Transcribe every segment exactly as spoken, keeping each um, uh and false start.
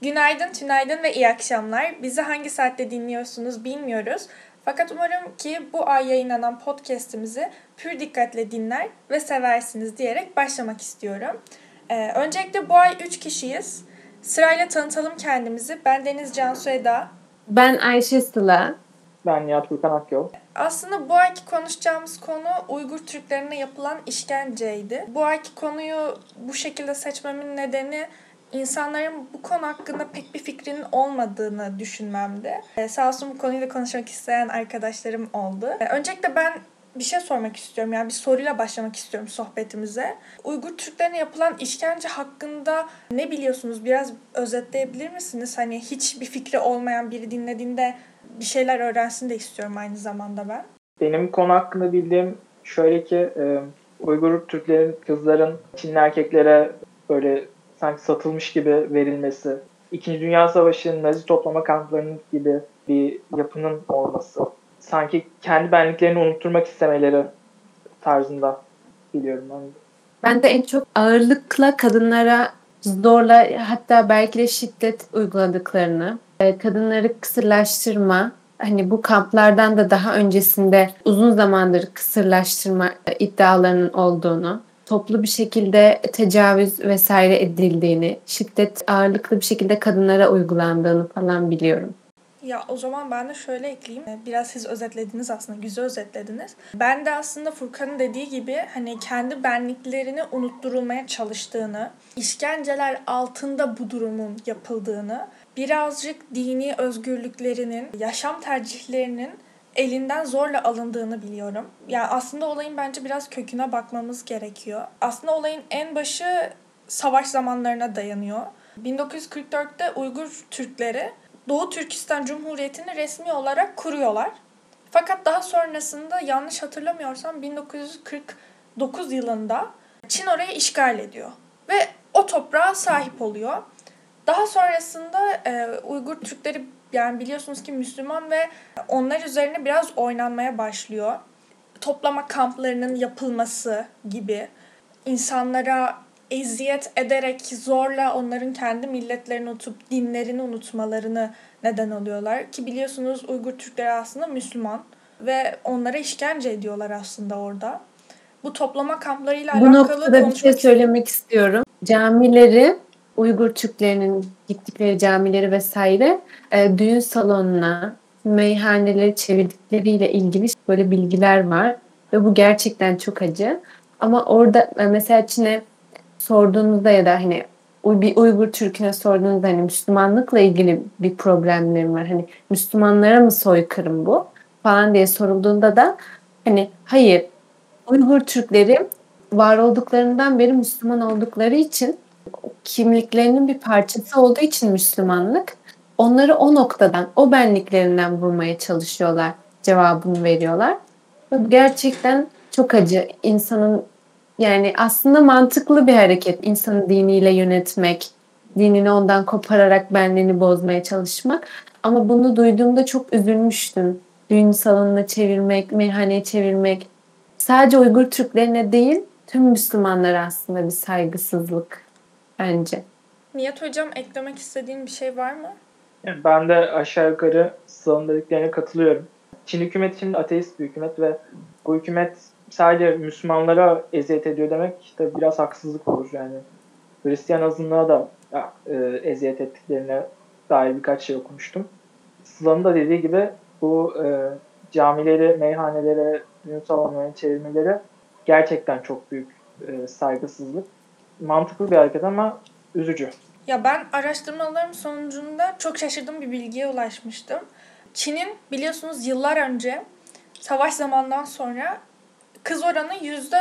Günaydın, tünaydın ve iyi akşamlar. Bizi hangi saatte dinliyorsunuz bilmiyoruz. Fakat umarım ki bu ay yayınlanan podcast'imizi pür dikkatle dinler ve seversiniz diyerek başlamak istiyorum. Ee, öncelikle bu ay üç kişiyiz. Sırayla tanıtalım kendimizi. Ben Deniz Cansu Eda. Ben Ayşe Sıla. Ben Nihat Furkan Akyol. Aslında bu ayki konuşacağımız konu Uygur Türklerine yapılan işkenceydi. Bu ayki konuyu bu şekilde seçmemin nedeni insanların bu konu hakkında pek bir fikrinin olmadığını düşünmemdi. Ee, sağ olsun bu konuyla konuşmak isteyen arkadaşlarım oldu. Ee, öncelikle ben bir şey sormak istiyorum. Yani bir soruyla başlamak istiyorum sohbetimize. Uygur Türklerine yapılan işkence hakkında ne biliyorsunuz? Biraz özetleyebilir misiniz? Hani hiçbir fikri olmayan biri dinlediğinde bir şeyler öğrensin de istiyorum aynı zamanda ben. Benim konu hakkında bildiğim şöyle ki e, Uygur Türklerin, kızların Çinli erkeklere böyle sanki satılmış gibi verilmesi, İkinci Dünya Savaşı'nın Nazi toplama kamplarının gibi bir yapının olması, sanki kendi benliklerini unutturmak istemeleri tarzında biliyorum ben. Ben de en çok ağırlıkla kadınlara zorla hatta belki de şiddet uyguladıklarını, kadınları kısırlaştırma, hani bu kamplardan da daha öncesinde uzun zamandır kısırlaştırma iddialarının olduğunu, toplu bir şekilde tecavüz vesaire edildiğini, şiddet ağırlıklı bir şekilde kadınlara uygulandığını falan biliyorum. Ya o zaman ben de şöyle ekleyeyim. Biraz siz özetlediniz aslında, güzel özetlediniz. Ben de aslında Furkan'ın dediği gibi hani kendi benliklerini unutturulmaya çalıştığını, işkenceler altında bu durumun yapıldığını, birazcık dini özgürlüklerinin, yaşam tercihlerinin elinden zorla alındığını biliyorum. Yani aslında olayın bence biraz köküne bakmamız gerekiyor. Aslında olayın en başı savaş zamanlarına dayanıyor. bin dokuz yüz kırk dörtte Uygur Türkleri Doğu Türkistan Cumhuriyeti'ni resmi olarak kuruyorlar. Fakat daha sonrasında yanlış hatırlamıyorsam bin dokuz yüz kırk dokuz yılında Çin orayı işgal ediyor. Ve o toprağa sahip oluyor. Daha sonrasında e, Uygur Türkleri yani biliyorsunuz ki Müslüman ve onlar üzerine biraz oynanmaya başlıyor. Toplama kamplarının yapılması gibi insanlara eziyet ederek zorla onların kendi milletlerini unutup dinlerini unutmalarını neden oluyorlar. Ki biliyorsunuz Uygur Türkleri aslında Müslüman ve onlara işkence ediyorlar aslında orada. Bu toplama kamplarıyla Bu alakalı noktada bir şey söylemek istiyorum. Camileri, Uygur Türklerinin gittikleri camileri vesaire e, düğün salonuna, meyhaneleri çevirdikleriyle ilgili böyle bilgiler var. Ve bu gerçekten çok acı. Ama orada mesela Çin'e sorduğunuzda ya da hani bir Uygur Türk'üne sorduğunuzda hani Müslümanlıkla ilgili bir problemlerim var. Hani Müslümanlara mı soykırım bu falan diye sorulduğunda da hani hayır, Uygur Türkleri var olduklarından beri Müslüman oldukları için kimliklerinin bir parçası olduğu için Müslümanlık onları o noktadan, o benliklerinden vurmaya çalışıyorlar, cevabını veriyorlar. Gerçekten çok acı. İnsanın yani aslında mantıklı bir hareket. İnsanı diniyle yönetmek, dinini ondan kopararak benliğini bozmaya çalışmak. Ama bunu duyduğumda çok üzülmüştüm. Düğün salonuna çevirmek, meyhaneye çevirmek. Sadece Uygur Türklerine değil, tüm Müslümanlara aslında bir saygısızlık bence. Nihat Hocam eklemek istediğin bir şey var mı? Yani ben de aşağı yukarı Sıla'nın dediklerine katılıyorum. Çin hükümeti şimdi ateist bir hükümet ve bu hükümet sadece Müslümanlara eziyet ediyor demek de biraz haksızlık olur yani. Hristiyan azınlığa da e, eziyet ettiklerine dair birkaç şey okumuştum. Sıla'nın da dediği gibi bu e, camileri, meyhanelere, düğün salonlarına çevirmeleri gerçekten çok büyük e, saygısızlık. Mantıklı bir hareket ama üzücü. Ya ben araştırmalarım sonucunda çok şaşırdığım bir bilgiye ulaşmıştım. Çin'in biliyorsunuz yıllar önce savaş zamanından sonra kız oranı yüzde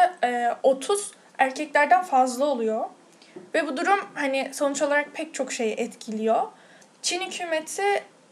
otuz erkeklerden fazla oluyor. Ve bu durum hani sonuç olarak pek çok şeyi etkiliyor. Çin hükümeti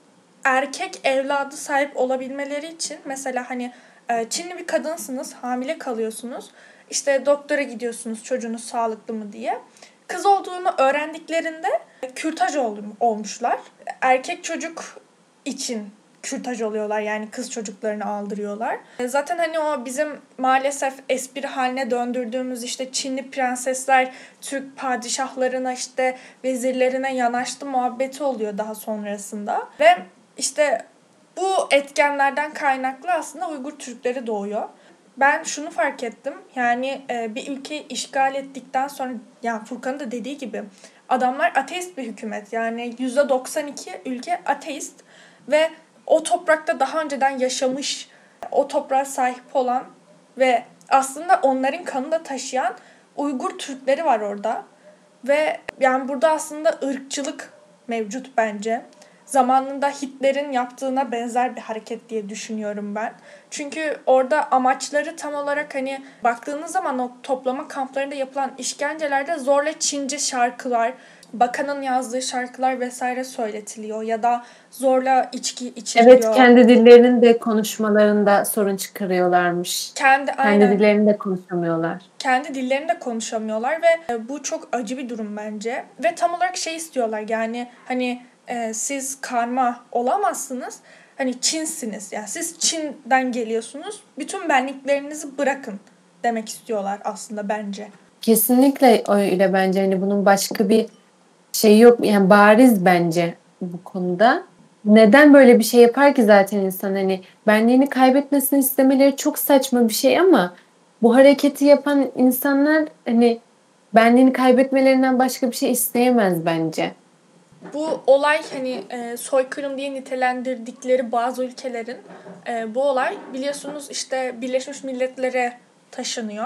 erkek evladı sahip olabilmeleri için mesela hani Çinli bir kadınsınız, hamile kalıyorsunuz. İşte doktora gidiyorsunuz çocuğunuz sağlıklı mı diye. Kız olduğunu öğrendiklerinde kürtaj olmuşlar. Erkek çocuk için kürtaj oluyorlar. Yani kız çocuklarını aldırıyorlar. Zaten hani o bizim maalesef espri haline döndürdüğümüz işte Çinli prensesler Türk padişahlarına işte vezirlerine yanaştı muhabbeti oluyor daha sonrasında. Ve işte bu etkenlerden kaynaklı aslında Uygur Türkleri doğuyor. Ben şunu fark ettim. Yani bir ülkeyi işgal ettikten sonra, yani Furkan'ın da dediği gibi, adamlar ateist bir hükümet. Yani yüzde doksan iki ülke ateist ve o toprakta daha önceden yaşamış, o toprağa sahip olan ve aslında onların kanını da taşıyan Uygur Türkleri var orada. Ve yani burada aslında ırkçılık mevcut bence. Zamanında Hitler'in yaptığına benzer bir hareket diye düşünüyorum ben. Çünkü orada amaçları tam olarak hani baktığınız zaman o toplama kamplarında yapılan işkencelerde zorla Çince şarkılar, bakanın yazdığı şarkılar vesaire söyletiliyor ya da zorla içki içiliyor. Evet, kendi dillerinin de konuşmalarında sorun çıkarıyorlarmış. Kendi, kendi aynen. dillerini de konuşamıyorlar. Kendi dillerinde konuşamıyorlar ve bu çok acı bir durum bence. Ve tam olarak şey istiyorlar, yani hani e, siz karma olamazsınız. Hani Çinsiniz. Yani siz Çin'den geliyorsunuz. Bütün benliklerinizi bırakın demek istiyorlar aslında bence. Kesinlikle öyle bence. Hani bunun başka bir şey yok. Yani bariz bence bu konuda. Neden böyle bir şey yapar ki zaten insan? Hani benliğini kaybetmesini istemeleri çok saçma bir şey ama bu hareketi yapan insanlar hani benliğini kaybetmelerinden başka bir şey isteyemez bence. Bu olay hani e, soykırım diye nitelendirdikleri bazı ülkelerin e, bu olay biliyorsunuz işte Birleşmiş Milletler'e taşınıyor.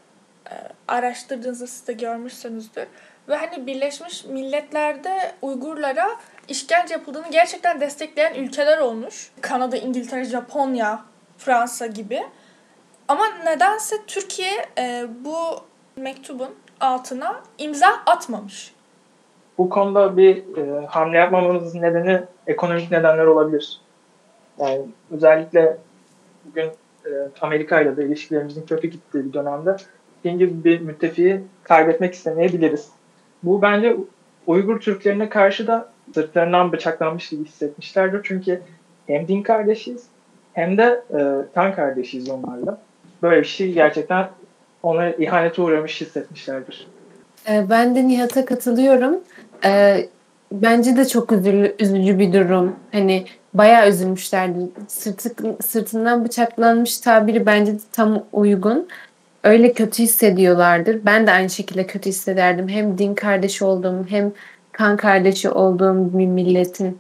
E, araştırdığınızda siz de görmüşsünüzdür. Ve hani Birleşmiş Milletler'de Uygurlara işkence yapıldığını gerçekten destekleyen ülkeler olmuş. Kanada, İngiltere, Japonya, Fransa gibi. Ama nedense Türkiye e, bu mektubun altına imza atmamış. Bu konuda bir e, hamle yapmamamızın nedeni ekonomik nedenler olabilir. Yani özellikle bugün e, Amerika ile de ilişkilerimizin kötü gittiği bir dönemde dediğim gibi bir müttefiği kaybetmek istemeyebiliriz. Bu bence Uygur Türklerine karşı da sırtlarından bıçaklanmış gibi hissetmişlerdir. Çünkü hem din kardeşiyiz hem de e, kan kardeşiyiz onlarla. Böyle bir şey gerçekten onlara ihanete uğramış hissetmişlerdir. Ben de Nihat'a katılıyorum. Bence de çok üzücü, üzücü bir durum. Hani bayağı üzülmüşlerdi. Sırtı, sırtından bıçaklanmış tabiri bence de tam uygun. Öyle kötü hissediyorlardır. Ben de aynı şekilde kötü hissederdim. Hem din kardeşi olduğum hem kan kardeşi olduğum bir milletin,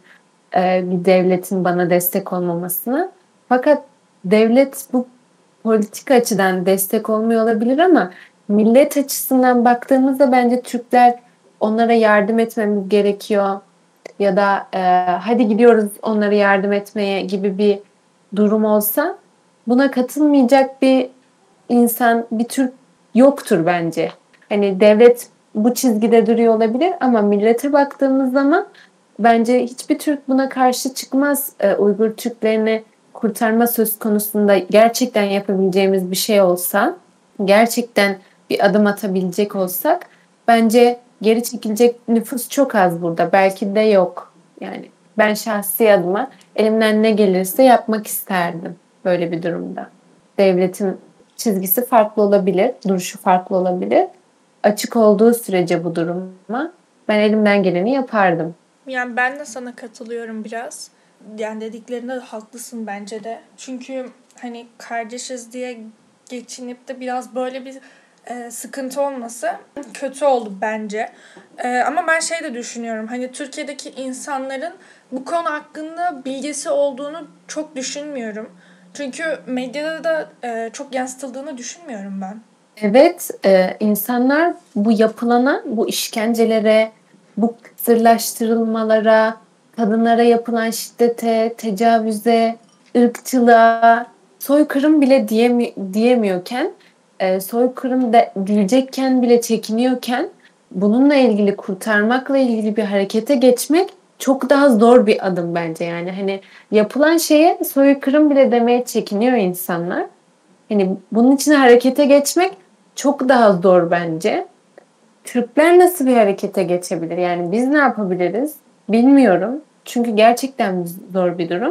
bir devletin bana destek olmamasını. Fakat devlet bu politik açıdan destek olmuyor olabilir ama millet açısından baktığımızda bence Türkler onlara yardım etmemiz gerekiyor ya da e, hadi gidiyoruz onlara yardım etmeye gibi bir durum olsa buna katılmayacak bir insan, bir Türk yoktur bence. Hani devlet bu çizgide duruyor olabilir ama millete baktığımız zaman bence hiçbir Türk buna karşı çıkmaz. E, Uygur Türklerini kurtarma söz konusunda gerçekten yapabileceğimiz bir şey olsa, gerçekten bir adım atabilecek olsak bence geri çekilecek nüfus çok az burada. Belki de yok. Yani ben şahsi adıma elimden ne gelirse yapmak isterdim böyle bir durumda. Devletin çizgisi farklı olabilir, duruşu farklı olabilir. Açık olduğu sürece bu duruma ben elimden geleni yapardım. Yani ben de sana katılıyorum biraz. Yani dediklerinde de haklısın bence de. Çünkü hani kardeşiz diye geçinip de biraz böyle bir e, sıkıntı olması kötü oldu bence. E, ama ben şey de düşünüyorum. Hani Türkiye'deki insanların bu konu hakkında bilgisi olduğunu çok düşünmüyorum. Çünkü medyada da e, çok yansıtıldığını düşünmüyorum ben. Evet, e, insanlar bu yapılana, bu işkencelere, bu kısırlaştırılmalara, kadınlara yapılan şiddete, tecavüze, ırkçılığa, soykırım bile diyemi, diyemiyorken, e, soykırım de, diyecekken bile çekiniyorken, bununla ilgili kurtarmakla ilgili bir harekete geçmek çok daha zor bir adım bence. Yani hani yapılan şeye soykırım bile demeye çekiniyor insanlar. Hani bunun için harekete geçmek çok daha zor bence. Türkler nasıl bir harekete geçebilir? Yani biz ne yapabiliriz? Bilmiyorum. Çünkü gerçekten zor bir durum.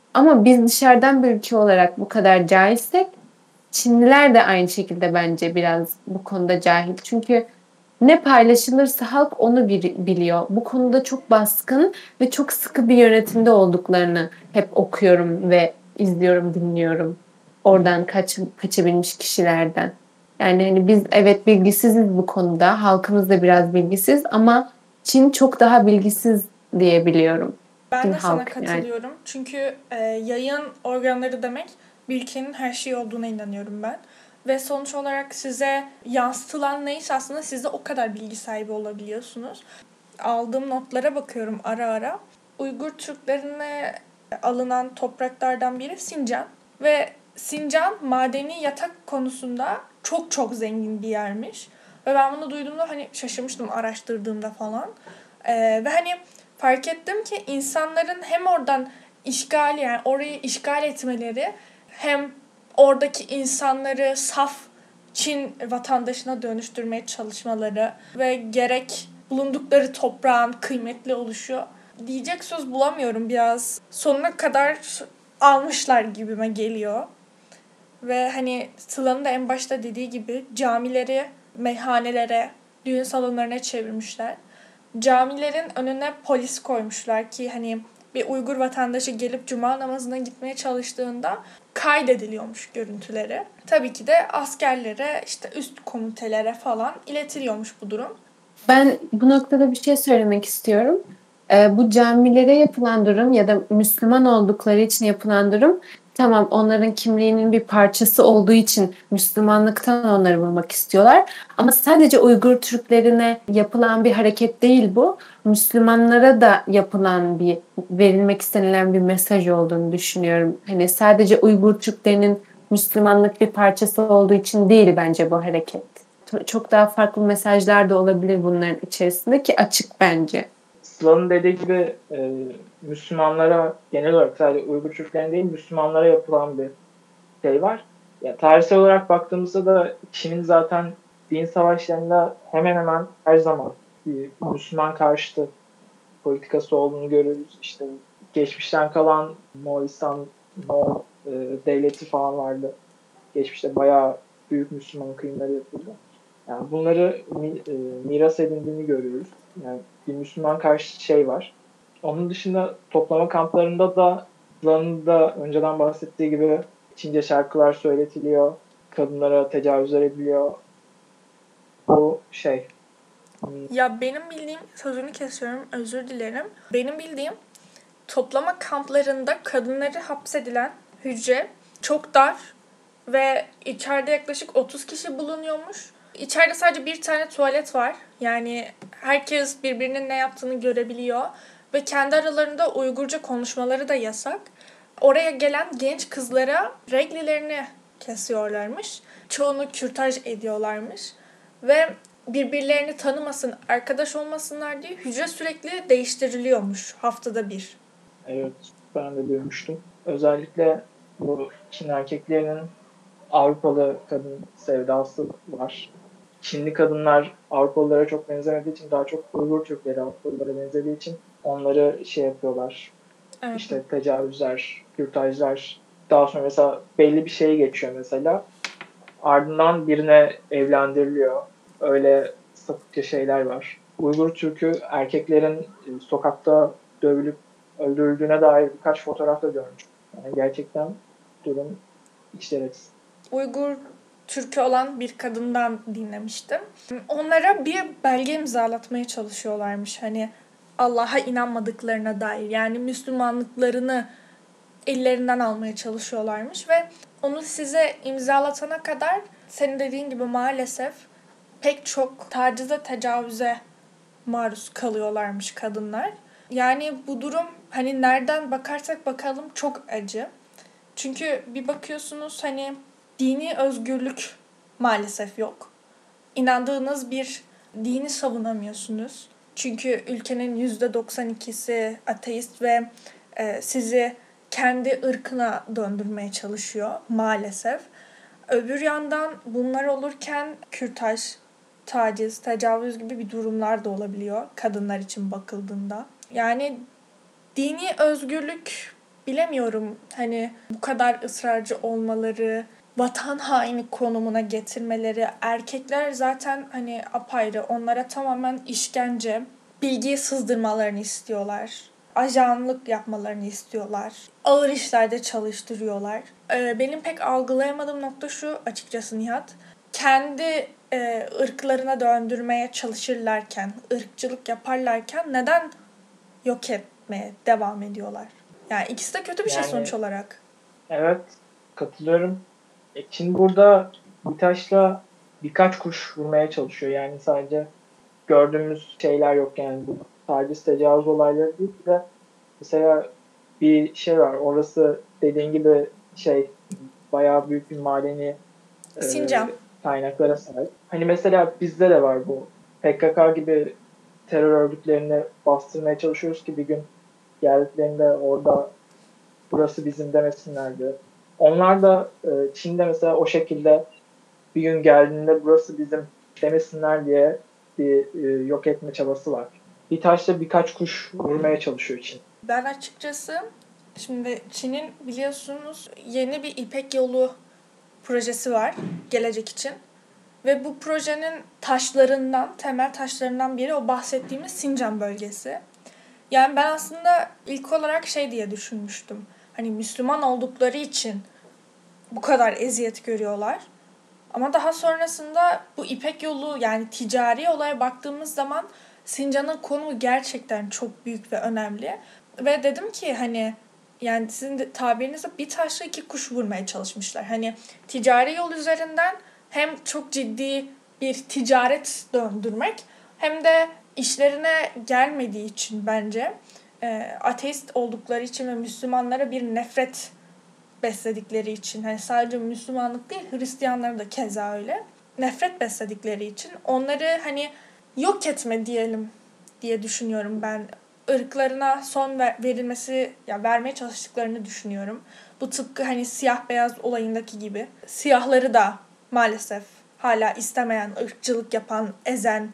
Ama biz dışarıdan bir ülke olarak bu kadar cahilsek Çinliler de aynı şekilde bence biraz bu konuda cahil. Çünkü ne paylaşılırsa halk onu biliyor. Bu konuda çok baskın ve çok sıkı bir yönetimde olduklarını hep okuyorum ve izliyorum, dinliyorum. Oradan kaç, kaçabilmiş kişilerden. Yani hani biz evet bilgisiziz bu konuda. Halkımız da biraz bilgisiz ama Çin çok daha bilgisiz diyebiliyorum. Ben Çin de sana halk yani. katılıyorum. Çünkü e, yayın organları demek bir ülkenin her şeyi olduğuna inanıyorum ben. Ve sonuç olarak size yansıtılan neyse aslında siz de o kadar bilgi sahibi olabiliyorsunuz. Aldığım notlara bakıyorum ara ara. Uygur Türklerine alınan topraklardan biri Sincan. Ve Sincan madeni yatak konusunda çok çok zengin bir yermiş. Ve ben bunu duyduğumda hani şaşırmıştım araştırdığımda falan. Ee, ve hani fark ettim ki insanların hem oradan işgal yani orayı işgal etmeleri hem oradaki insanları saf Çin vatandaşına dönüştürmeye çalışmaları ve gerek bulundukları toprağın kıymetli oluşu diyecek söz bulamıyorum, biraz sonuna kadar almışlar gibime geliyor. Ve hani Sıla'nın da en başta dediği gibi camileri meyhanelere, düğün salonlarına çevirmişler. Camilerin önüne polis koymuşlar ki hani bir Uygur vatandaşı gelip cuma namazına gitmeye çalıştığında kaydediliyormuş görüntüleri. Tabii ki de askerlere, işte üst komitelere falan iletiliyormuş bu durum. Ben bu noktada bir şey söylemek istiyorum. Ee, bu camilere yapılan durum ya da Müslüman oldukları için yapılan durum, tamam onların kimliğinin bir parçası olduğu için Müslümanlıktan onları vurmak istiyorlar. Ama sadece Uygur Türklerine yapılan bir hareket değil bu. Müslümanlara da yapılan bir, verilmek istenilen bir mesaj olduğunu düşünüyorum. Hani sadece Uygur Türklerinin Müslümanlık bir parçası olduğu için değil bence bu hareket. Çok daha farklı mesajlar da olabilir bunların içerisinde ki açık bence. Sıla'nın dediği gibi e, Müslümanlara genel olarak sadece Uygur Türklerine değil Müslümanlara yapılan bir şey var. Ya, tarihsel olarak baktığımızda da Çin'in zaten din savaşlarında hemen hemen her zaman bir Müslüman karşıtı politikası olduğunu görüyoruz. İşte geçmişten kalan Moğolistan Moğol e, devleti falan vardı. Geçmişte bayağı büyük Müslüman kıyımları yapıldı. Yani bunları e, miras edindiğini görüyoruz. Yani bir Müslüman karşı şey var. Onun dışında toplama kamplarında da Sıla'nın da önceden bahsettiği gibi Çince şarkılar söyletiliyor. Kadınlara tecavüzler ediliyor. Bu şey. Ya benim bildiğim, sözünü kesiyorum, özür dilerim. Benim bildiğim toplama kamplarında kadınları hapsedilen hücre çok dar ve içeride yaklaşık otuz kişi bulunuyormuş. İçeride sadece bir tane tuvalet var. Yani herkes birbirinin ne yaptığını görebiliyor. Ve kendi aralarında Uygurca konuşmaları da yasak. Oraya gelen genç kızlara reglilerini kesiyorlarmış. Çoğunu kürtaj ediyorlarmış. Ve birbirlerini tanımasın, arkadaş olmasınlar diye hücre sürekli değiştiriliyormuş haftada bir. Evet, ben de duymuştum. Özellikle bu Çin erkeklerinin Avrupalı kadın sevdası var. Çinli kadınlar Avrupalılara çok benzemediği için, daha çok Uygur Türkleri Avrupalılara benzediği için onları şey yapıyorlar. Evet. İşte tecavüzler, kürtajlar. Daha sonra mesela belli bir şeye geçiyor mesela. Ardından birine evlendiriliyor. Öyle sapıkça şeyler var. Uygur Türk'ü erkeklerin sokakta dövülüp öldürüldüğüne dair birkaç fotoğraf da görmüş. Yani gerçekten durum içler acısı. Uygur Türk'ü olan bir kadından dinlemiştim. Onlara bir belge imzalatmaya çalışıyorlarmış. Hani Allah'a inanmadıklarına dair. Yani Müslümanlıklarını ellerinden almaya çalışıyorlarmış ve onu size imzalatana kadar senin dediğin gibi maalesef pek çok tacize, tecavüze maruz kalıyorlarmış kadınlar. Yani bu durum hani nereden bakarsak bakalım çok acı. Çünkü bir bakıyorsunuz hani dini özgürlük maalesef yok. İnandığınız bir dini savunamıyorsunuz. Çünkü ülkenin yüzde doksan ikisi ateist ve e, sizi kendi ırkına döndürmeye çalışıyor maalesef. Öbür yandan bunlar olurken kürtaj, taciz, tecavüz gibi bir durumlar da olabiliyor kadınlar için bakıldığında. Yani dini özgürlük bilemiyorum hani bu kadar ısrarcı olmaları, vatan haini konumuna getirmeleri, erkekler zaten hani apayrı, onlara tamamen işkence, bilgiyi sızdırmalarını istiyorlar. Ajanlık yapmalarını istiyorlar. Ağır işlerde çalıştırıyorlar. Ee, benim pek algılayamadığım nokta şu açıkçası Nihat. Kendi e, ırklarına döndürmeye çalışırlarken, ırkçılık yaparlarken neden yok etmeye devam ediyorlar? Yani ikisi de kötü bir şey Yani sonuç olarak. evet, katılıyorum. E, Çin burada bir taşla birkaç kuş vurmaya çalışıyor. Yani sadece gördüğümüz şeyler yok yani. Bu taciz, tecavüz olayları değil de mesela bir şey var. Orası dediğin gibi şey bayağı büyük bir madeni e, Sincan. kaynaklara sahip. Hani mesela bizde de var bu. P K K gibi terör örgütlerini bastırmaya çalışıyoruz ki bir gün geldiklerinde orada burası bizim demesinler diye. Onlar da e, Çin'de mesela o şekilde bir gün geldiğinde burası bizim demesinler diye bir e, yok etme çabası var. Bir taşla birkaç kuş vurmaya çalışıyor Çin. Ben açıkçası şimdi Çin'in biliyorsunuz yeni bir İpek Yolu projesi var gelecek için. Ve bu projenin taşlarından, temel taşlarından biri o bahsettiğimiz Sincan bölgesi. Yani ben aslında ilk olarak şey diye düşünmüştüm. Hani Müslüman oldukları için bu kadar eziyet görüyorlar. Ama daha sonrasında bu İpek Yolu yani ticari olaya baktığımız zaman Sincan'ın konumu gerçekten çok büyük ve önemli. Ve dedim ki hani yani sizin de tabirinizle bir taşla iki kuş vurmaya çalışmışlar. Hani ticari yol üzerinden hem çok ciddi bir ticaret döndürmek hem de işlerine gelmediği için bence e, ateist oldukları için ve Müslümanlara bir nefret besledikleri için hani sadece Müslümanlık değil Hristiyanları da keza öyle nefret besledikleri için onları hani yok etme diyelim diye düşünüyorum ben. Irklarına son ver- verilmesi ya vermeye çalıştıklarını düşünüyorum. Bu tıpkı hani siyah beyaz olayındaki gibi. Siyahları da maalesef hala istemeyen, ırkçılık yapan, ezen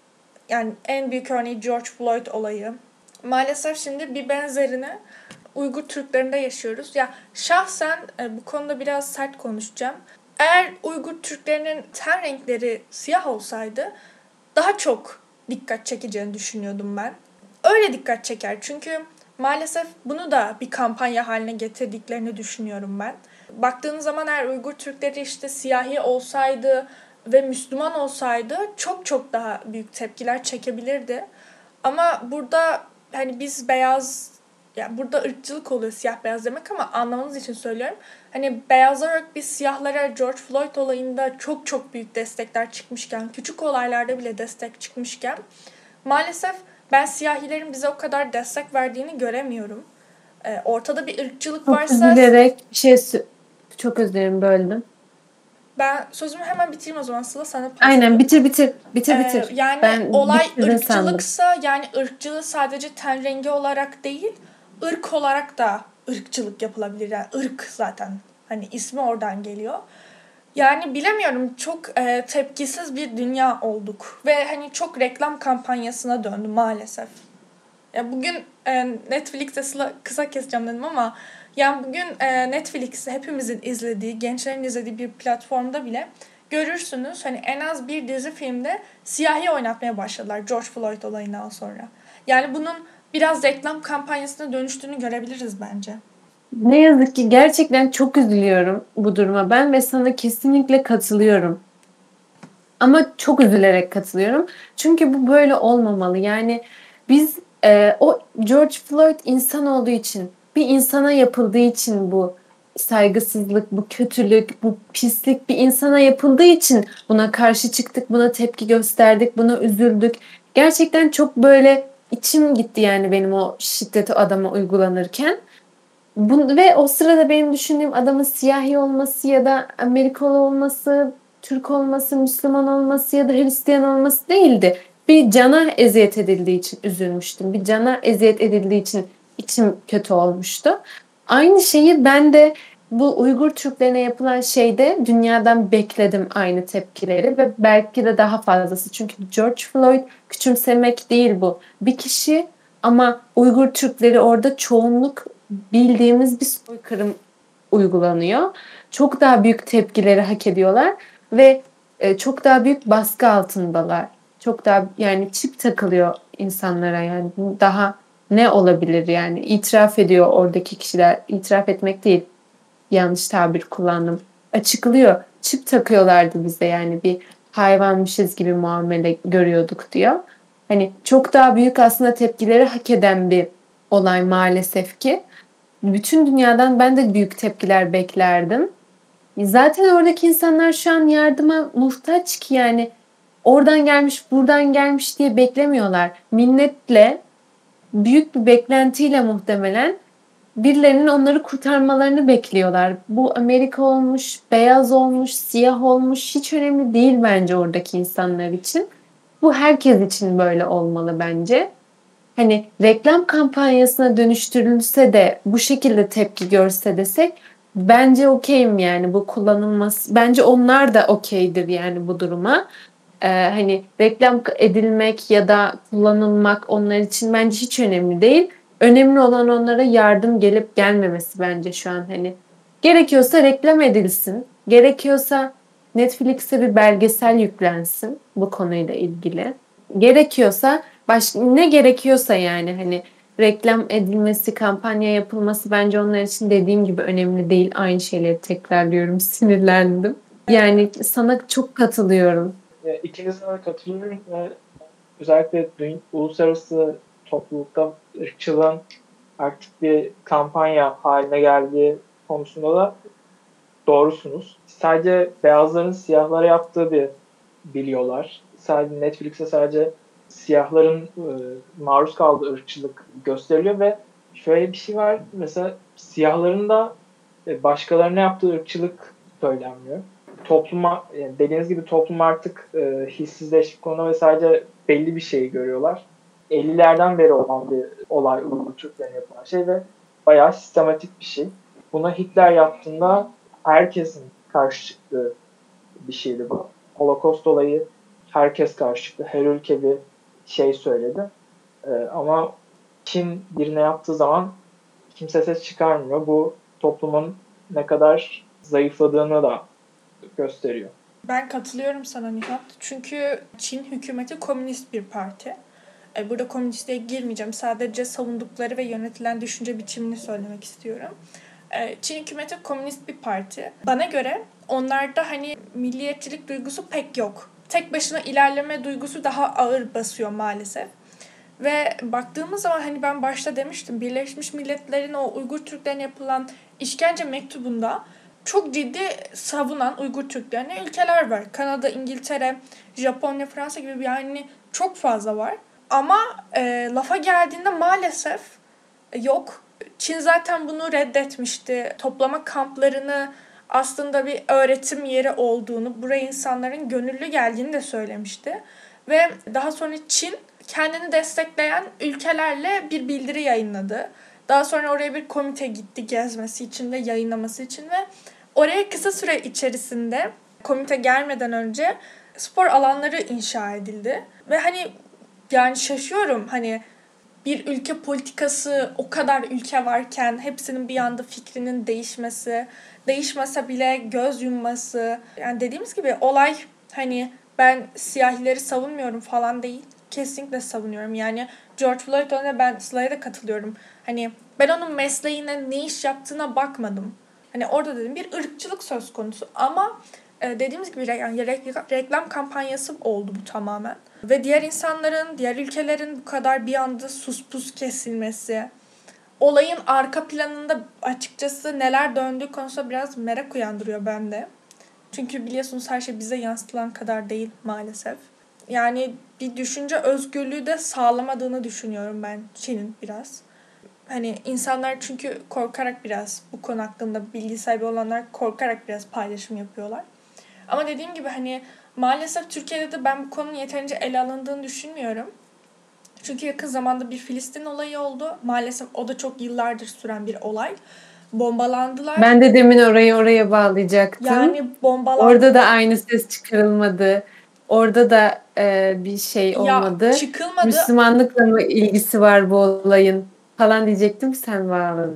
yani en büyük örneği George Floyd olayı. Maalesef şimdi bir benzerini Uygur Türklerinde yaşıyoruz. Ya şahsen bu konuda biraz sert konuşacağım. Eğer Uygur Türklerinin ten renkleri siyah olsaydı daha çok dikkat çekeceğini düşünüyordum ben. Öyle dikkat çeker çünkü maalesef bunu da bir kampanya haline getirdiklerini düşünüyorum ben. Baktığınız zaman eğer Uygur Türkleri işte siyahi olsaydı ve Müslüman olsaydı çok çok daha büyük tepkiler çekebilirdi. Ama burada hani biz beyaz yani burada ırkçılık oluyor siyah beyaz demek ama anlamanız için söylüyorum. Hani beyazlar olarak biz siyahlara George Floyd olayında çok çok büyük destekler çıkmışken, küçük olaylarda bile destek çıkmışken maalesef ben siyahilerin bize o kadar destek verdiğini göremiyorum. Ee, ortada bir ırkçılık Çok varsa... üzülerek bir şey sö- çok özür dilerim böldüm. Ben sözümü hemen bitireyim o zaman Sıla sana pas Aynen bitir bitir bitir Ee, bitir. yani Ben olay bitirdin sandım. ırkçılıksa yani ırkçılığı sadece ten rengi olarak değil ırk olarak da ırkçılık yapılabilir. Yani ırk zaten hani ismi oradan geliyor. Yani bilemiyorum çok e, tepkisiz bir dünya olduk ve hani çok reklam kampanyasına döndü maalesef. Ya bugün e, Netflix'te Sıla kısa keseceğim dedim ama yani bugün e, Netflix'te hepimizin izlediği, gençlerin izlediği bir platformda bile görürsünüz hani en az bir dizi filmde siyahi oynatmaya başladılar George Floyd olayından sonra. Yani bunun biraz reklam kampanyasına dönüştüğünü görebiliriz bence. Ne yazık ki gerçekten çok üzülüyorum bu duruma ben ve sana kesinlikle katılıyorum. Ama çok üzülerek katılıyorum. Çünkü bu böyle olmamalı. Yani biz e, o George Floyd insan olduğu için, bir insana yapıldığı için bu saygısızlık, bu kötülük, bu pislik bir insana yapıldığı için buna karşı çıktık, buna tepki gösterdik, buna üzüldük. Gerçekten çok böyle içim gitti yani benim o şiddeti adama uygulanırken. Bu, ve o sırada benim düşündüğüm adamın siyahi olması ya da Amerikalı olması, Türk olması, Müslüman olması ya da Hristiyan olması değildi. Bir cana eziyet edildiği için üzülmüştüm. Bir cana eziyet edildiği için içim kötü olmuştu. Aynı şeyi ben de bu Uygur Türklerine yapılan şeyde dünyadan bekledim aynı tepkileri ve belki de daha fazlası. Çünkü George Floyd küçümsemek değil bu. Bir kişi ama Uygur Türkleri orada çoğunluk bildiğimiz bir soykırım uygulanıyor. Çok daha büyük tepkileri hak ediyorlar ve e, çok daha büyük baskı altındalar. Çok daha yani çip takılıyor insanlara, yani daha ne olabilir yani, itiraf ediyor oradaki kişiler, itiraf etmek değil, yanlış tabir kullandım, açıklıyor, çip takıyorlardı bize, yani bir hayvanmışız gibi muamele görüyorduk diyor. Hani çok daha büyük aslında tepkileri hak eden bir olay maalesef ki. Bütün dünyadan ben de büyük tepkiler beklerdim. Zaten oradaki insanlar şu an yardıma muhtaç ki, yani oradan gelmiş buradan gelmiş diye beklemiyorlar. Minnetle, büyük bir beklentiyle muhtemelen birilerinin onları kurtarmalarını bekliyorlar. Bu Amerika olmuş, beyaz olmuş, siyah olmuş, hiç önemli değil bence oradaki insanlar için. Bu herkes için böyle olmalı bence. Hani reklam kampanyasına dönüştürülse de bu şekilde tepki görse desek bence okeyim, yani bu kullanılması. Bence onlar da okeydir yani bu duruma. Ee, hani reklam edilmek ya da kullanılmak onlar için bence hiç önemli değil. Önemli olan onlara yardım gelip gelmemesi bence şu an. Hani gerekiyorsa reklam edilsin. Gerekiyorsa Netflix'e bir belgesel yüklensin bu konuyla ilgili. Gerekiyorsa başka ne gerekiyorsa, yani hani reklam edilmesi, kampanya yapılması bence onlar için dediğim gibi önemli değil. Aynı şeyleri tekrarlıyorum, sinirlendim. Yani sana çok katılıyorum. İkinizine de katılıyorum ve özellikle dün, uluslararası toplulukta ırkçılığın artık bir kampanya haline geldiği konusunda da doğrusunuz. Sadece beyazların siyahlara yaptığı bir biliyorlar. Sadece Netflix'e sadece siyahların e, maruz kaldığı ırkçılık gösteriliyor ve şöyle bir şey var. Mesela siyahların da e, başkalarına yaptığı ırkçılık söylenmiyor. Topluma, yani dediğiniz gibi toplum artık e, hissizleşmiş konuda ve sadece belli bir şeyi görüyorlar. ellilerden beri olan bir olay, Uygur Türklerine yapılan şey ve bayağı sistematik bir şey. Buna Hitler yaptığında herkesin karşı çıktığı bir şeydi bu. Holocaust olayı herkes karşı çıktı. Her ülke bir şey söyledi. Ee, ama Çin birine yaptığı zaman kimse ses çıkarmıyor. Bu toplumun ne kadar zayıfladığını da gösteriyor. Ben katılıyorum sana Nihat. Çünkü Çin hükümeti komünist bir parti. Burada komünistliğe girmeyeceğim. Sadece savundukları ve yönetilen düşünce biçimini söylemek istiyorum. Çin hükümeti komünist bir parti. Bana göre onlarda hani milliyetçilik duygusu pek yok. Tek başına ilerleme duygusu daha ağır basıyor maalesef. Ve baktığımız zaman hani ben başta demiştim, Birleşmiş Milletler'in o Uygur Türklerine yapılan işkence mektubunda çok ciddi savunan Uygur Türklerine ülkeler var. Kanada, İngiltere, Japonya, Fransa gibi yani çok fazla var. Ama e, lafa geldiğinde maalesef e, yok. Çin zaten bunu reddetmişti. Toplama kamplarını aslında bir öğretim yeri olduğunu, buraya insanların gönüllü geldiğini de söylemişti. Ve daha sonra Çin kendini destekleyen ülkelerle bir bildiri yayınladı. Daha sonra oraya bir komite gitti gezmesi için ve yayınlaması için ve oraya kısa süre içerisinde komite gelmeden önce spor alanları inşa edildi. Ve hani yani şaşıyorum, hani bir ülke politikası, o kadar ülke varken hepsinin bir anda fikrinin değişmesi, değişmese bile göz yumması. Yani dediğimiz gibi olay hani ben siyahileri savunmuyorum falan değil. Kesinlikle savunuyorum. Yani George Floyd olayına ben Sıla'ya da katılıyorum. Hani ben onun mesleğine ne iş yaptığına bakmadım. Hani orada dedim bir ırkçılık söz konusu ama dediğimiz gibi yani reklam kampanyası oldu bu tamamen. Ve diğer insanların, diğer ülkelerin bu kadar bir anda sus pus kesilmesi, olayın arka planında açıkçası neler döndüğü konusunda biraz merak uyandırıyor bende. Çünkü biliyorsunuz her şey bize yansıtılan kadar değil maalesef. Yani bir düşünce özgürlüğü de sağlamadığını düşünüyorum ben Çin'in biraz. Hani insanlar çünkü korkarak biraz bu konu hakkında bilgi sahibi olanlar korkarak biraz paylaşım yapıyorlar. Ama dediğim gibi hani maalesef Türkiye'de de ben bu konunun yeterince ele alındığını düşünmüyorum. Çünkü yakın zamanda bir Filistin olayı oldu. Maalesef o da çok yıllardır süren bir olay. Bombalandılar. Ben de demin orayı oraya bağlayacaktım. Yani bombalandılar. Orada da aynı ses çıkarılmadı. Orada da e, bir şey olmadı. Ya çıkılmadı. Müslümanlıkla mı ilgisi var bu olayın falan diyecektim, sen bağladın.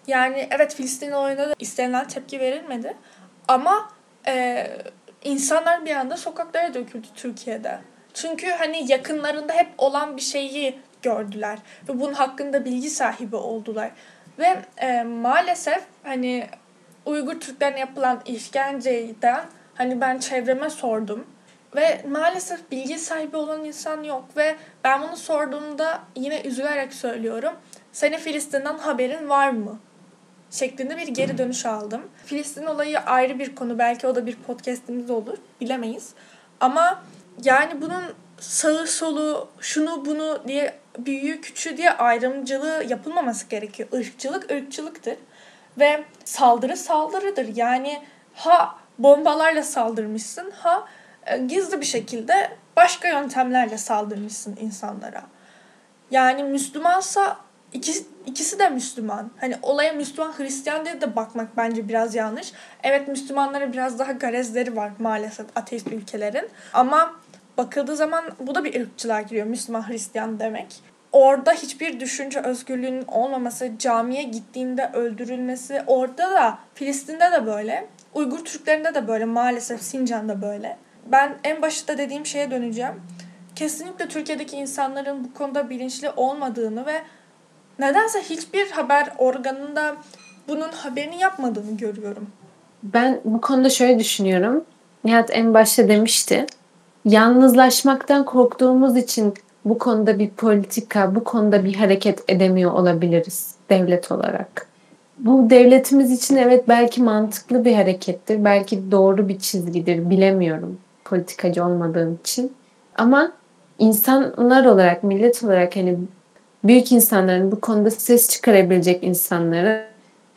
Yani evet, Filistin olayına da istenilen tepki verilmedi. Ama e, insanlar bir anda sokaklara döküldü Türkiye'de. Çünkü hani yakınlarında hep olan bir şeyi gördüler. Ve bunun hakkında bilgi sahibi oldular. Ve e, maalesef hani Uygur Türklerine yapılan işkenceden hani ben çevreme sordum. Ve maalesef bilgi sahibi olan insan yok. Ve ben bunu sorduğumda yine üzülerek söylüyorum. Senin Filistin'den haberin var mı? Şeklinde bir geri dönüş aldım. Filistin olayı ayrı bir konu. Belki o da bir podcast'imiz olur. Bilemeyiz. Ama yani bunun sağı solu, şunu bunu diye, büyüğü küçüğü diye ayrımcılığı yapılmaması gerekiyor. Irkçılık ırkçılıktır. Ve saldırı saldırıdır. Yani ha bombalarla saldırmışsın, ha gizli bir şekilde başka yöntemlerle saldırmışsın insanlara. Yani Müslümansa ikisi, ikisi de Müslüman. Hani olaya Müslüman Hristiyan diye de bakmak bence biraz yanlış. Evet, Müslümanlara biraz daha garezleri var maalesef ateist ülkelerin. Ama bakıldığı zaman bu da bir ırkçılığa giriyor, Müslüman Hristiyan demek. Orada hiçbir düşünce özgürlüğünün olmaması, camiye gittiğinde öldürülmesi, orada da Filistin'de de böyle. Uygur Türklerinde de böyle, maalesef Sincan'da böyle. Ben en başta dediğim şeye döneceğim. Kesinlikle Türkiye'deki insanların bu konuda bilinçli olmadığını ve nedense hiçbir haber organında bunun haberini yapmadığını görüyorum. Ben bu konuda şöyle düşünüyorum. Nihat en başta demişti. Yalnızlaşmaktan korktuğumuz için bu konuda bir politika, bu konuda bir hareket edemiyor olabiliriz devlet olarak. Bu devletimiz için evet belki mantıklı bir harekettir, belki doğru bir çizgidir, bilemiyorum politikacı olmadığım için. Ama insanlar olarak, millet olarak hani büyük insanların, bu konuda ses çıkarabilecek insanların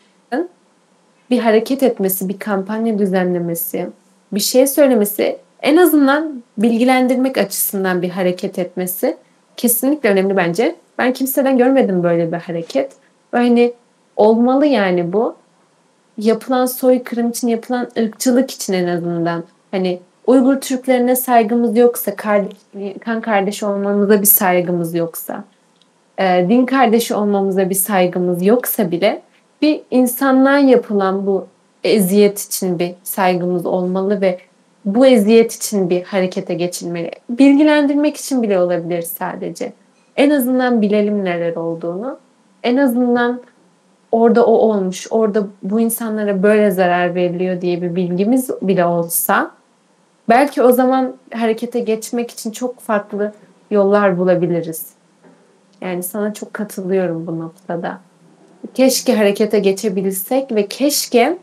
bir hareket etmesi, bir kampanya düzenlemesi, bir şey söylemesi, en azından bilgilendirmek açısından bir hareket etmesi kesinlikle önemli bence. Ben kimseden görmedim böyle bir hareket. Ve hani olmalı yani bu. Yapılan soykırım için, yapılan ırkçılık için en azından. Hani Uygur Türklerine saygımız yoksa, kan kardeş olmamıza bir saygımız yoksa, din kardeşi olmamıza bir saygımız yoksa bile bir insanlığa yapılan bu eziyet için bir saygımız olmalı ve bu eziyet için bir harekete geçilmeli. Bilgilendirmek için bile olabilir sadece. En azından bilelim neler olduğunu. En azından orada o olmuş, orada bu insanlara böyle zarar veriliyor diye bir bilgimiz bile olsa belki o zaman harekete geçmek için çok farklı yollar bulabiliriz. Yani sana çok katılıyorum bu noktada. Keşke harekete geçebilsek ve keşke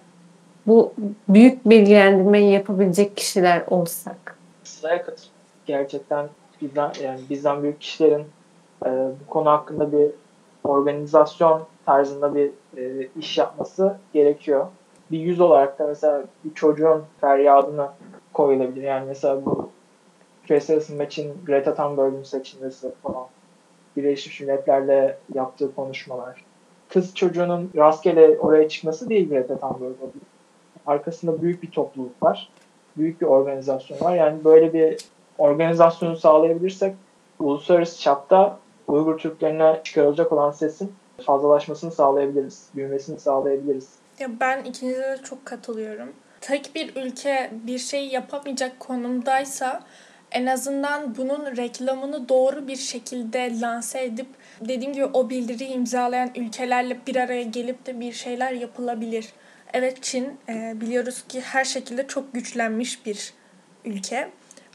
bu büyük bilgilendirmeyi yapabilecek kişiler olsak. Sıraya katıl. Gerçekten bizden, yani bizden büyük kişilerin e, bu konu hakkında bir organizasyon tarzında bir e, iş yapması gerekiyor. Bir yüz olarak da mesela bir çocuğun feryadını koyulabilir. Yani mesela bu küresel ısınma için Greta Thunberg'in seçilmesi falan. Birleşmiş Milletler'le yaptığı konuşmalar. Kız çocuğunun rastgele oraya çıkması değil Greta Thunberg. Arkasında büyük bir topluluk var. Büyük bir organizasyon var. Yani böyle bir organizasyonu sağlayabilirsek uluslararası çapta Uygur Türklerine çıkarılacak olan sesin fazlalaşmasını sağlayabiliriz. Büyümesini sağlayabiliriz. Ya ben ikinize de çok katılıyorum. Tek bir ülke bir şey yapamayacak konumdaysa en azından bunun reklamını doğru bir şekilde lanse edip dediğim gibi o bildiriyi imzalayan ülkelerle bir araya gelip de bir şeyler yapılabilir. Evet, Çin e, biliyoruz ki her şekilde çok güçlenmiş bir ülke.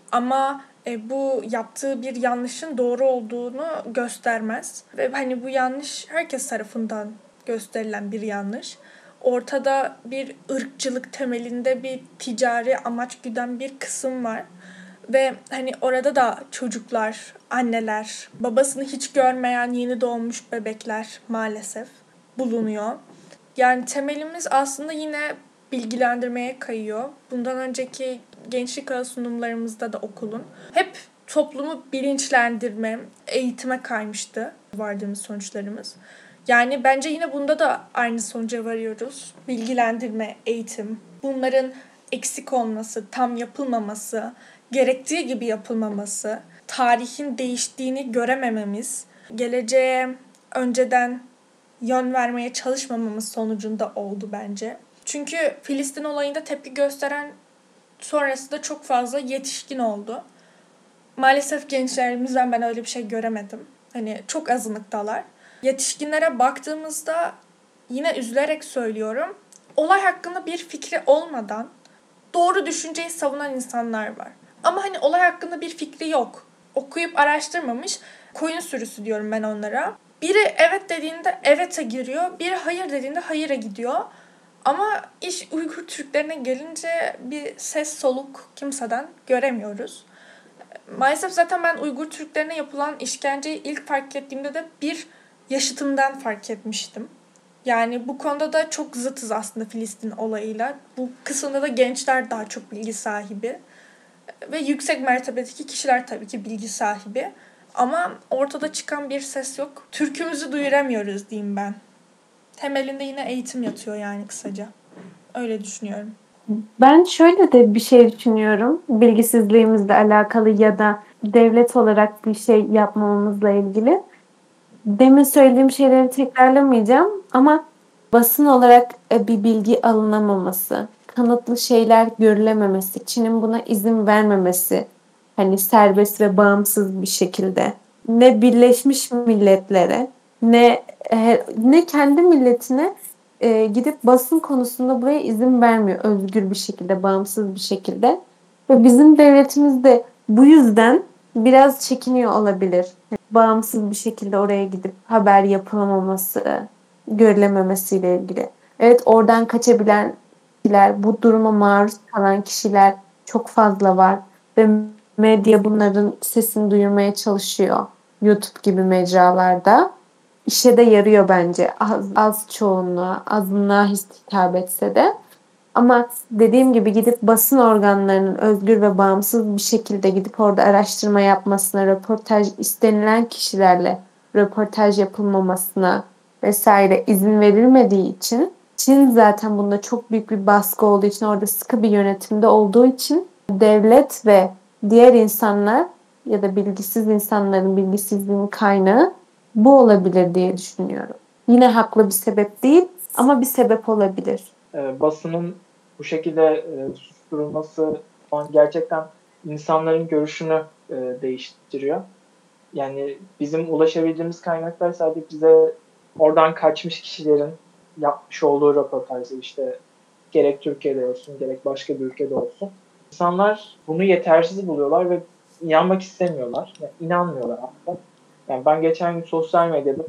Ama e, bu yaptığı bir yanlışın doğru olduğunu göstermez. Ve hani bu yanlış herkes tarafından gösterilen bir yanlış. Ortada bir ırkçılık temelinde bir ticari amaç güden bir kısım var. Ve hani orada da çocuklar, anneler, babasını hiç görmeyen yeni doğmuş bebekler maalesef bulunuyor. Yani temelimiz aslında yine bilgilendirmeye kayıyor. Bundan önceki gençlik ağı sunumlarımızda da okulun hep toplumu bilinçlendirme, eğitime kaymıştı vardığımız sonuçlarımız. Yani bence yine bunda da aynı sonuca varıyoruz. Bilgilendirme, eğitim, bunların eksik olması, tam yapılmaması, gerektiği gibi yapılmaması, tarihin değiştiğini göremememiz, geleceğe önceden yön vermeye çalışmamamız sonucunda oldu bence. Çünkü Filistin olayında tepki gösteren sonrasında çok fazla yetişkin oldu. Maalesef gençlerimizden ben öyle bir şey göremedim. Hani çok azınlıktalar. Yetişkinlere baktığımızda yine üzülerek söylüyorum. Olay hakkında bir fikri olmadan doğru düşünceyi savunan insanlar var. Ama hani olay hakkında bir fikri yok. Okuyup araştırmamış. Koyun sürüsü diyorum ben onlara. Biri evet dediğinde evet'e giriyor. Biri hayır dediğinde hayır'a gidiyor. Ama iş Uygur Türklerine gelince bir ses soluk kimseden göremiyoruz. Maalesef zaten ben Uygur Türklerine yapılan işkenceyi ilk fark ettiğimde de bir yaşıtımdan fark etmiştim. Yani bu konuda da çok zıtız aslında Filistin olayıyla. Bu kısımda da gençler daha çok bilgi sahibi. Ve yüksek mertebedeki kişiler tabii ki bilgi sahibi. Ama ortada çıkan bir ses yok. Türkümüzü duyuramıyoruz diyeyim ben. Temelinde yine eğitim yatıyor yani kısaca. Öyle düşünüyorum. Ben şöyle de bir şey düşünüyorum. Bilgisizliğimizle alakalı ya da devlet olarak bir şey yapmamamızla ilgili. Demin söylediğim şeyleri tekrarlamayacağım ama basın olarak bir bilgi alınamaması, kanıtlı şeyler görülememesi, Çin'in buna izin vermemesi, hani serbest ve bağımsız bir şekilde ne Birleşmiş Milletler'e ne ne kendi milletine e, gidip basın konusunda buraya izin vermiyor özgür bir şekilde, bağımsız bir şekilde. Ve bizim devletimiz de bu yüzden biraz çekiniyor olabilir. Bağımsız bir şekilde oraya gidip haber yapılamaması, görülememesiyle ilgili. Evet, oradan kaçabilen kişiler, bu duruma maruz kalan kişiler çok fazla var ve medya bunların sesini duyurmaya çalışıyor. YouTube gibi mecralarda. İşe de yarıyor bence. Az, az çoğunluğa, azınlığa hitap etse de. Ama dediğim gibi gidip basın organlarının özgür ve bağımsız bir şekilde gidip orada araştırma yapmasına, röportaj istenilen kişilerle röportaj yapılmamasına vesaire izin verilmediği için, Çin zaten bunda çok büyük bir baskı olduğu için, orada sıkı bir yönetimde olduğu için devlet ve diğer insanlar ya da bilgisiz insanların bilgisizliğinin kaynağı bu olabilir diye düşünüyorum. Yine haklı bir sebep değil ama bir sebep olabilir. E, basının bu şekilde e, susturulması gerçekten insanların görüşünü e, değiştiriyor. Yani bizim ulaşabildiğimiz kaynaklar sadece bize oradan kaçmış kişilerin yapmış olduğu röportajlar, işte gerek Türkiye'de olsun gerek başka bir ülkede olsun. İnsanlar bunu yetersiz buluyorlar ve inanmak istemiyorlar. Yani inanmıyorlar hatta. Yani ben geçen gün sosyal medyada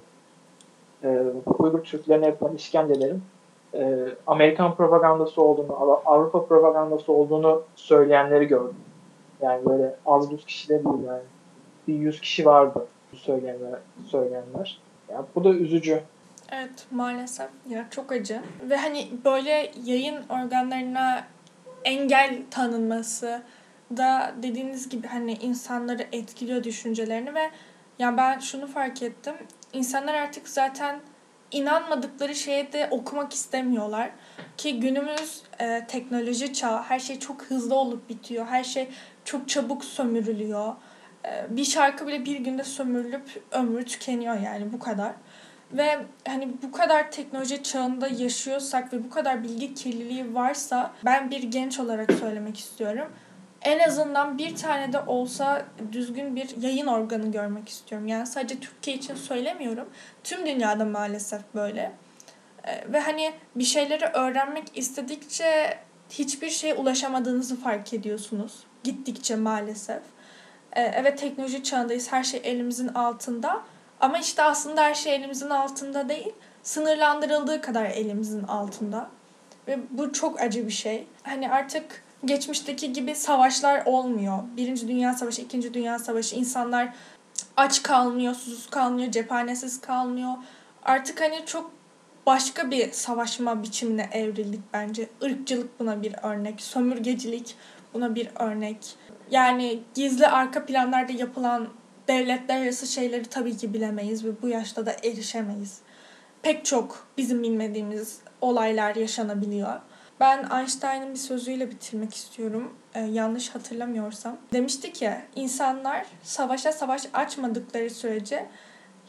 e, Uygur Türklerine yapılan işkencelerin e, Amerikan propagandası olduğunu, Avrupa propagandası olduğunu söyleyenleri gördüm. Yani böyle az buz kişi de değil yani. Bir yüz kişi vardı söyleyenler. söyleyenler. Yani bu da üzücü. Evet, maalesef ya çok acı. Ve hani böyle yayın organlarına engel tanınması da dediğiniz gibi hani insanları etkiliyor düşüncelerini ve ya ben şunu fark ettim. İnsanlar artık zaten inanmadıkları şeye de okumak istemiyorlar. Ki günümüz e, teknoloji çağı, her şey çok hızlı olup bitiyor. Her şey çok çabuk sömürülüyor. E, bir şarkı bile bir günde sömürülüp ömrü tükeniyor yani bu kadar. Ve hani bu kadar teknoloji çağında yaşıyorsak ve bu kadar bilgi kirliliği varsa ben bir genç olarak söylemek istiyorum. En azından bir tane de olsa düzgün bir yayın organı görmek istiyorum. Yani sadece Türkiye için söylemiyorum. Tüm dünyada maalesef böyle. Ee, ve hani bir şeyleri öğrenmek istedikçe hiçbir şeye ulaşamadığınızı fark ediyorsunuz. Gittikçe maalesef. Ee, evet teknoloji çağındayız. Her şey elimizin altında. Ama işte aslında her şey elimizin altında değil. Sınırlandırıldığı kadar elimizin altında. Ve bu çok acı bir şey. Hani artık geçmişteki gibi savaşlar olmuyor. Birinci Dünya Savaşı, İkinci Dünya Savaşı. İnsanlar aç kalmıyor, susuz kalmıyor, cephanesiz kalmıyor. Artık hani çok başka bir savaşma biçimine evrildik bence. Irkçılık buna bir örnek. Sömürgecilik buna bir örnek. Yani gizli arka planlarda yapılan devletler arası şeyleri tabii ki bilemeyiz ve bu yaşta da erişemeyiz. Pek çok bizim bilmediğimiz olaylar yaşanabiliyor. Ben Einstein'ın bir sözüyle bitirmek istiyorum. Ee, yanlış hatırlamıyorsam. Demişti ki insanlar savaşa savaş açmadıkları sürece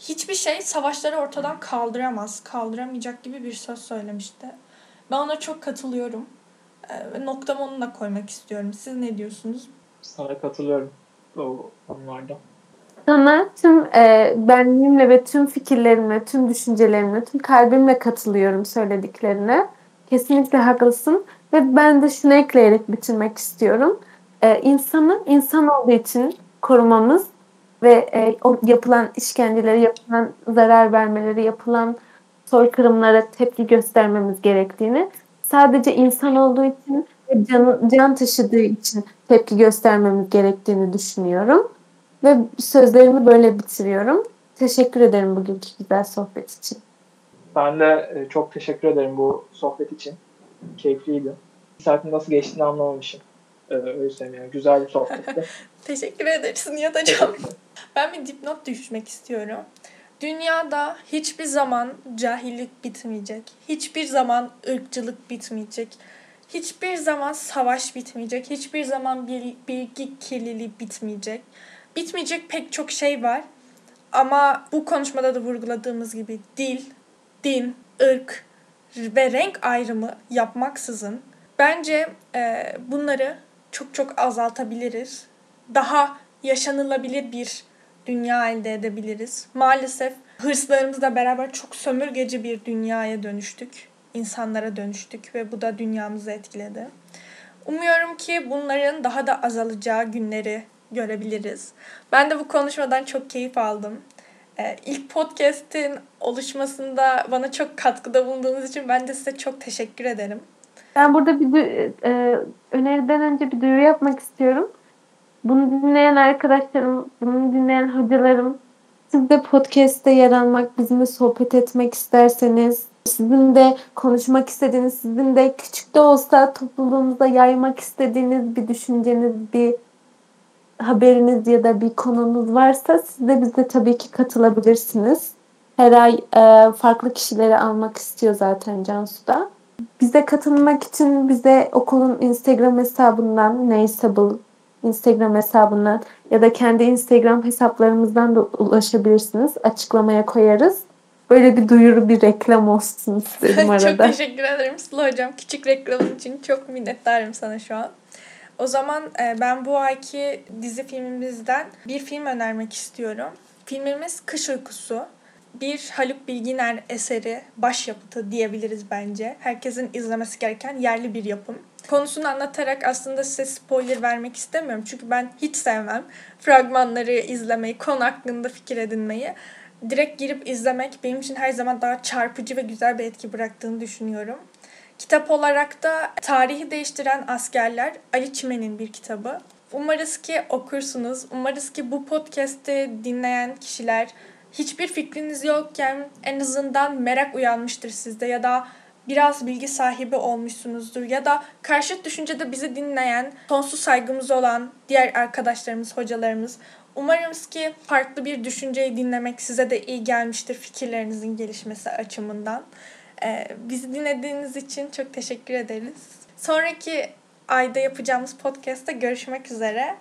hiçbir şey savaşları ortadan kaldıramaz, kaldıramayacak gibi bir söz söylemişti. Ben ona çok katılıyorum. E, noktamı onunla koymak istiyorum. Siz ne diyorsunuz? Sana katılıyorum o konularda. Sana tüm e, benliğimle ve tüm fikirlerimle, tüm düşüncelerimle, tüm kalbimle katılıyorum söylediklerine. Kesinlikle haklısın. Ve ben de şunu ekleyerek bitirmek istiyorum. E, insanı insan olduğu için korumamız ve e, o yapılan işkenceleri, yapılan zarar vermeleri, yapılan soykırımlara tepki göstermemiz gerektiğini, sadece insan olduğu için ve can, can taşıdığı için tepki göstermemiz gerektiğini düşünüyorum. Ve sözlerimi böyle bitiriyorum. Teşekkür ederim bugünkü güzel sohbet için. Ben de e, çok teşekkür ederim bu sohbet için. Keyifliydi. Bir saatin nasıl geçtiğini anlamamışım. Ee, öyle söyleyeyim yani. Güzel bir sohbetti. Teşekkür ederiz Nihat Hocam. Ben bir dipnot düşmek istiyorum. Dünyada hiçbir zaman cahillik bitmeyecek. Hiçbir zaman ırkçılık bitmeyecek. Hiçbir zaman savaş bitmeyecek. Hiçbir zaman bir bilgi kirliliği bitmeyecek. Bitmeyecek pek çok şey var. Ama bu konuşmada da vurguladığımız gibi dil, din, ırk ve renk ayrımı yapmaksızın bence e, bunları çok çok azaltabiliriz. Daha yaşanılabilir bir dünya elde edebiliriz. Maalesef hırslarımızla beraber çok sömürgeci bir dünyaya dönüştük. İnsanlara dönüştük ve bu da dünyamızı etkiledi. Umuyorum ki bunların daha da azalacağı günleri görebiliriz. Ben de bu konuşmadan çok keyif aldım. Ee, ilk podcast'in oluşmasında bana çok katkıda bulunduğunuz için ben de size çok teşekkür ederim. Ben burada bir e, öneriden önce bir duyuru yapmak istiyorum. Bunu dinleyen arkadaşlarım, bunu dinleyen hocalarım, siz de podcast'te yer almak, bizimle sohbet etmek isterseniz, sizin de konuşmak istediğiniz, sizin de küçük de olsa topluluğumuza yaymak istediğiniz bir düşünceniz, bir haberiniz ya da bir konunuz varsa siz de bize tabii ki katılabilirsiniz. Her ay e, farklı kişileri almak istiyor zaten Cansu da. Bize katılmak için bize okulun Instagram hesabından, Naceable Instagram hesabından ya da kendi Instagram hesaplarımızdan da ulaşabilirsiniz. Açıklamaya koyarız. Böyle bir duyuru, bir reklam olsun istedim arada. Çok teşekkür ederim Sıla Hocam. Küçük reklamın için çok minnettarım sana şu an. O zaman ben bu ayki dizi filmimizden bir film önermek istiyorum. Filmimiz Kış Uykusu. Bir Haluk Bilginer eseri, başyapıtı diyebiliriz bence. Herkesin izlemesi gereken yerli bir yapım. Konusunu anlatarak aslında size spoiler vermek istemiyorum. Çünkü ben hiç sevmem fragmanları izlemeyi, konu hakkında fikir edinmeyi. Direkt girip izlemek benim için her zaman daha çarpıcı ve güzel bir etki bıraktığını düşünüyorum. Kitap olarak da Tarihi Değiştiren Askerler, Ali Çimen'in bir kitabı. Umarız ki okursunuz. Umarız ki bu podcast'i dinleyen kişiler hiçbir fikriniz yokken en azından merak uyanmıştır sizde ya da biraz bilgi sahibi olmuşsunuzdur ya da karşıt düşüncede bizi dinleyen, sonsuz saygımız olan diğer arkadaşlarımız, hocalarımız. Umarız ki farklı bir düşünceyi dinlemek size de iyi gelmiştir fikirlerinizin gelişmesi açımından. Ee, bizi dinlediğiniz için çok teşekkür ederiz. Sonraki ayda yapacağımız podcast'ta görüşmek üzere.